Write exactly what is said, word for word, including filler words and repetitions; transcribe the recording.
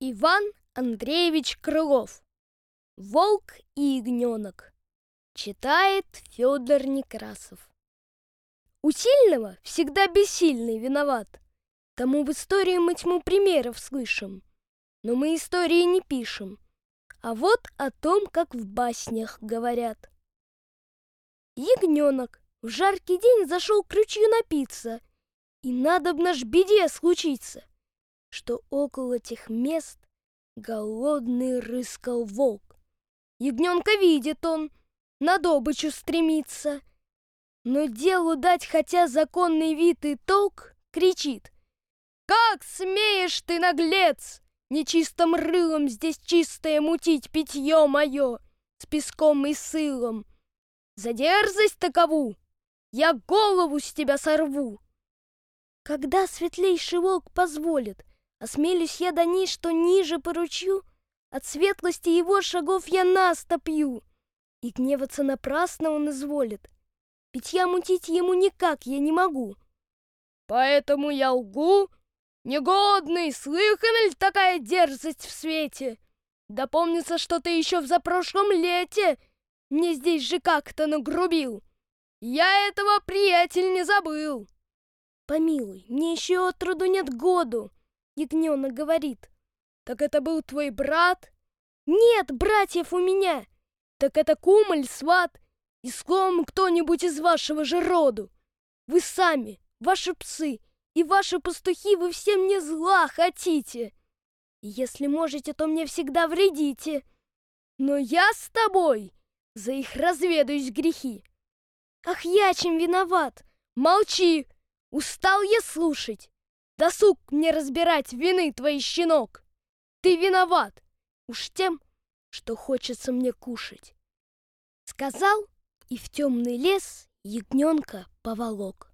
Иван Андреевич Крылов. Волк и ягненок. Читает Федор Некрасов. У сильного всегда бессильный виноват. Тому в истории мы тьму примеров слышим. Но мы истории не пишем. А вот о том, как в баснях говорят. Ягненок в жаркий день зашел к ручью напиться, и надобно ж беде случиться, что около тех мест голодный рыскал волк. Ягненка видит он, на добычу стремится, но делу дать хотя законный вид и толк, кричит: «Как смеешь ты, наглец, нечистым рылом здесь чистое мутить питье мое с песком и сылом? За дерзость такову я голову с тебя сорву!» Когда светлейший волк позволит, осмелюсь я до ней, что ниже по ручью, от светлости его шагов я настопью. И гневаться напрасно он изволит. Питья мутить ему никак я не могу. Поэтому я лгу? Негодный, слыхана ли такая дерзость в свете? Да помнится, что ты еще в запрошлом лете мне здесь же как-то нагрубил. Я этого, приятель, не забыл. Помилуй, мне еще отроду нет году, ягненок говорит. Так это был твой брат? Нет братьев у меня. Так это кум или сват? И словом кто-нибудь из вашего же роду. Вы сами, ваши псы и ваши пастухи, вы все мне зла хотите. И если можете, то мне всегда вредите. Но я с тобой за их разведаюсь грехи. Ах, я чем виноват? Молчи! Устал я слушать. Досуг мне разбирать вины твои, щенок. Ты виноват уж тем, что хочется мне кушать. Сказал и в темный лес ягненка поволок.